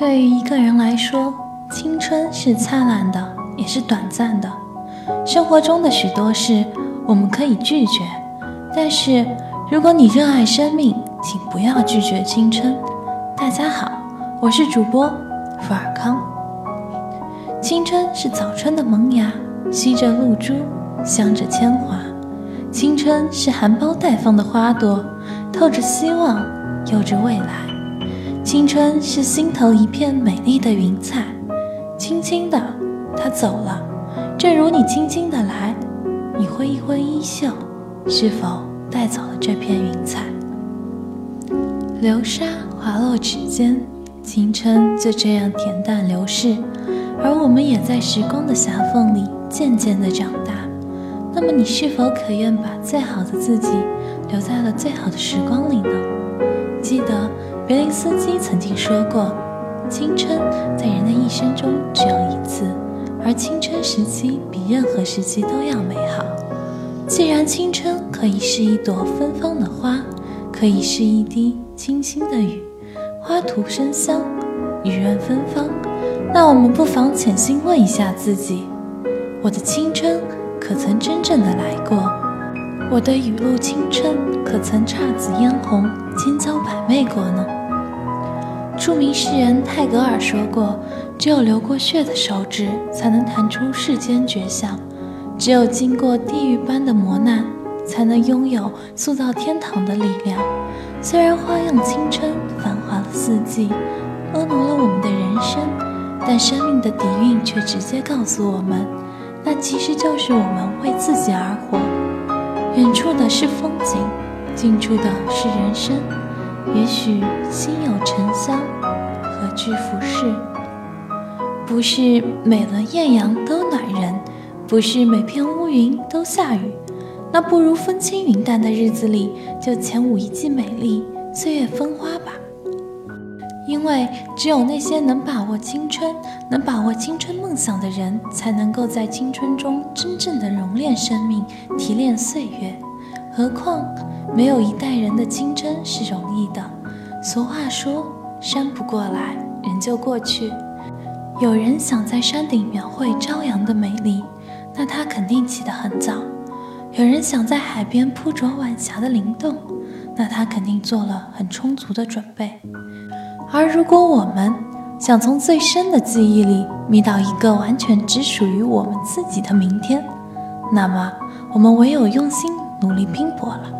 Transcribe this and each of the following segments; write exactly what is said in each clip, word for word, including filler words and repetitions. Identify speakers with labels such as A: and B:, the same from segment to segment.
A: 对于一个人来说，青春是灿烂的，也是短暂的。生活中的许多事我们可以拒绝，但是如果你热爱生命，请不要拒绝青春。大家好，我是主播福尔康。青春是早春的萌芽，吸着露珠，香着铅华。青春是含苞待放的花朵，透着希望，有着未来。青春是心头一片美丽的云彩，轻轻的，它走了，正如你轻轻的来。你挥一挥衣袖，是否带走了这片云彩？流沙滑落指尖，青春就这样恬淡流逝，而我们也在时光的狭缝里渐渐地长大。那么你是否可愿把最好的自己留在了最好的时光里呢？记得别林斯基曾经说过，青春在人的一生中只有一次，而青春时期比任何时期都要美好。既然青春可以是一朵芬芳的花，可以是一滴清新的雨，花徒生香，雨润芬芳，那我们不妨潜心问一下自己，我的青春可曾真正的来过？我的雨露青春可曾姹紫嫣红，千娇百媚过呢？著名诗人泰戈尔说过，只有流过血的手指才能弹出世间绝响，只有经过地狱般的磨难，才能拥有塑造天堂的力量。虽然花样青春繁华了四季，婀娜了我们的人生，但生命的底蕴却直接告诉我们，那其实就是我们为自己而活。远处的是风景，近处的是人生。也许心有沉香，何惧浮世？不是每轮艳阳都暖人，不是每片乌云都下雨。那不如风轻云淡的日子里，就前舞一季美丽，岁月风花吧。因为只有那些能把握青春，能把握青春梦想的人，才能够在青春中真正的熔炼生命，提炼岁月。何况没有一代人的青春是容易的。俗话说，山不过来，人就过去。有人想在山顶描绘朝阳的美丽，那他肯定起得很早。有人想在海边铺着晚霞的灵动，那他肯定做了很充足的准备。而如果我们想从最深的记忆里觅到一个完全只属于我们自己的明天，那么我们唯有用心努力拼搏了。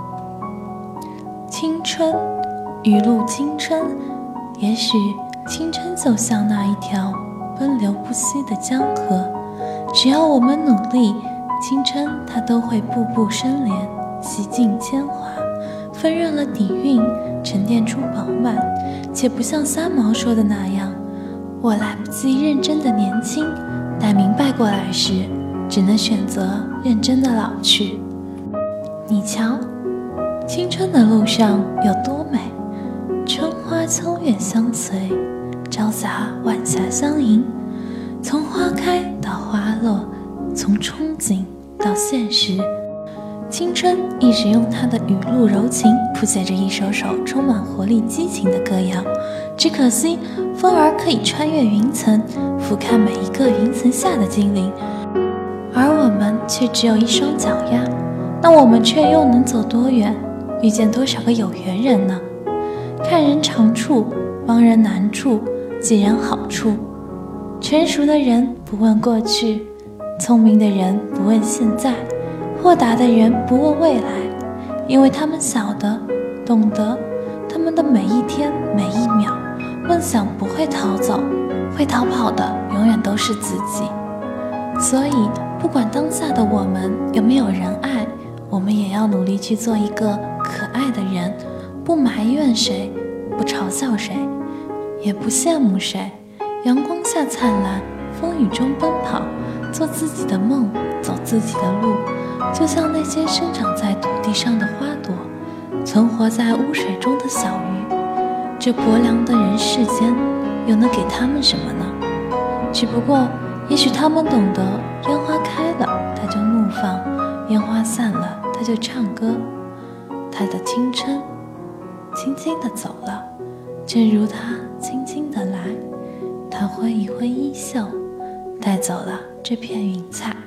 A: 青春，雨露青春，也许青春就像那一条奔流不息的江河，只要我们努力，青春它都会步步生莲，洗尽铅华，丰润了底蕴，沉淀出饱满。且不像三毛说的那样，我来不及认真的年轻，待明白过来时，只能选择认真的老去。你瞧，青春的路上有多美，春花秋月相随，朝霞晚霞相迎，从花开到花落，从憧憬到现实。青春一直用它的雨露柔情谱写着一首首充满活力激情的歌谣，只可惜风儿可以穿越云层，俯瞰每一个云层下的精灵，而我们却只有一双脚丫。那我们却又能走多远，遇见多少个有缘人呢？看人长处，帮人难处，记人好处。成熟的人不问过去，聪明的人不问现在，豁达的人不问未来，因为他们晓得懂得，他们的每一天每一秒，梦想不会逃走，会逃跑的永远都是自己。所以不管当下的我们有没有人爱，我们也要努力去做一个可爱的人，不埋怨谁，不嘲笑谁，也不羡慕谁。阳光下灿烂，风雨中奔跑，做自己的梦，走自己的路。就像那些生长在土地上的花朵，存活在污水中的小鱼，这薄凉的人世间，又能给他们什么呢？只不过也许他们懂得，烟花开了它就怒放，烟花散了它就唱歌。他的青春轻轻地走了，正如他轻轻地来。 挥一挥衣袖，带走了这片云彩。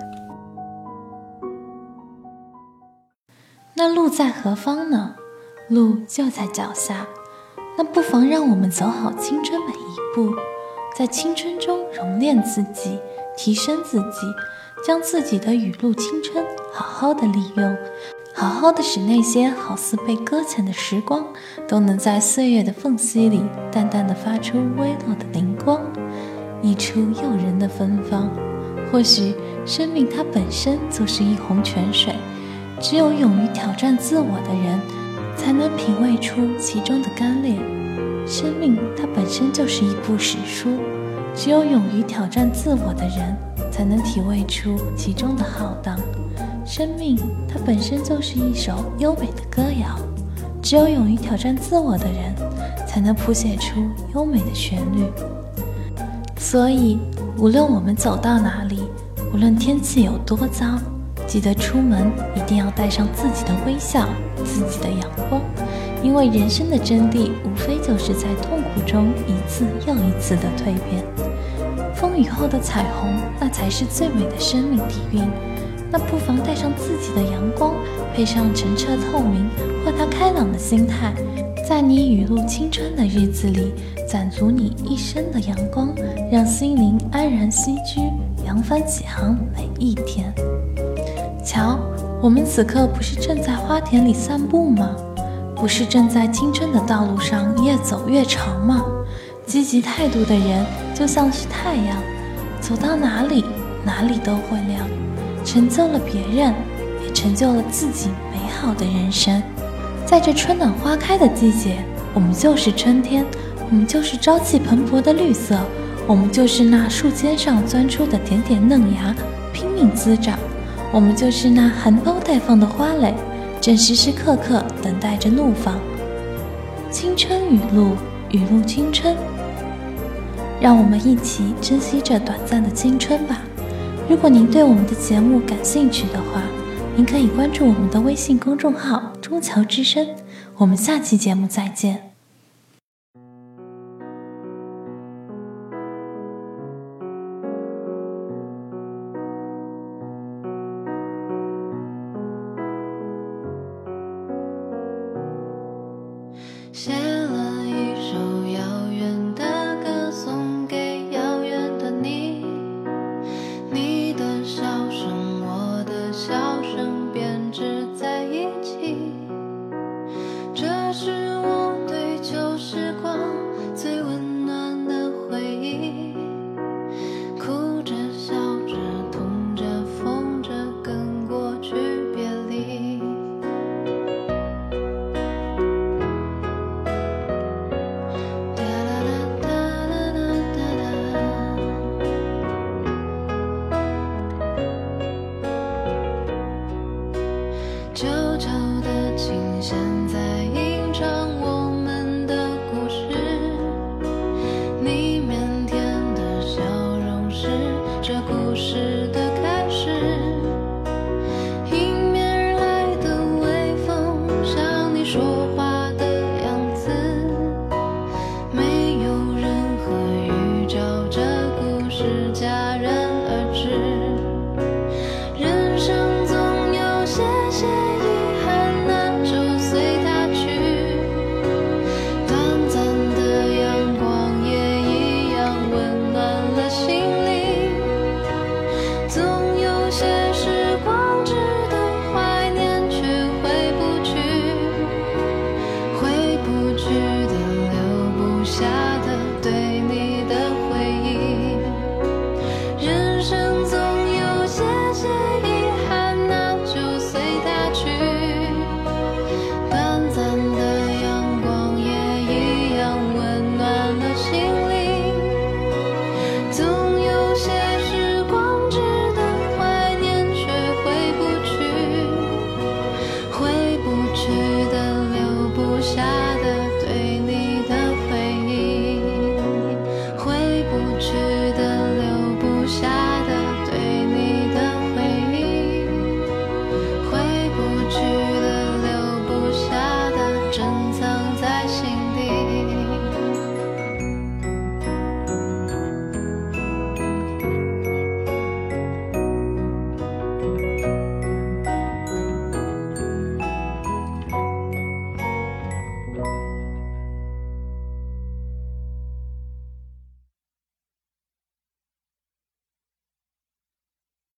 A: 那路在何方呢？路就在脚下。那不妨让我们走好青春每一步，在青春中熔炼自己，提升自己，将自己的雨露青春好好的利用，好好的使那些好似被搁浅的时光都能在岁月的缝隙里淡淡的发出微弱的灵光，溢出诱人的芬芳。或许生命它本身就是一泓泉水，只有勇于挑战自我的人才能品味出其中的干烈。生命它本身就是一部史书，只有勇于挑战自我的人才能体味出其中的浩荡。生命它本身就是一首优美的歌谣，只有勇于挑战自我的人才能谱写出优美的旋律。所以无论我们走到哪里，无论天气有多糟，记得出门一定要带上自己的微笑，自己的阳光，因为人生的真谛无非就是在痛苦中一次又一次的蜕变。风雨后的彩虹，那才是最美的生命底蕴。那不妨带上自己的阳光，配上澄澈透明、豁达开朗的心态，在你雨露青春的日子里，攒足你一生的阳光，让心灵安然栖居，扬帆起航每一天。瞧，我们此刻不是正在花田里散步吗？不是正在青春的道路上越走越长吗？积极态度的人就像是太阳，走到哪里哪里都会亮，成就了别人，也成就了自己美好的人生。在这春暖花开的季节，我们就是春天，我们就是朝气蓬勃的绿色，我们就是那树尖上钻出的点点嫩芽，拼命滋长，我们就是那含苞待放的花蕾，正时时刻刻等待着怒放。青春雨露，雨露青春，让我们一起珍惜这短暂的青春吧。如果您对我们的节目感兴趣的话，您可以关注我们的微信公众号中桥之声。我们下期节目再见。
B: 写了一首遥远的歌送给遥远的你，你的笑声我的笑声编织在一起，这是我对旧时光最温暖的回忆，哭着笑着痛着疯着跟过去别离，旧旧的琴弦在吟唱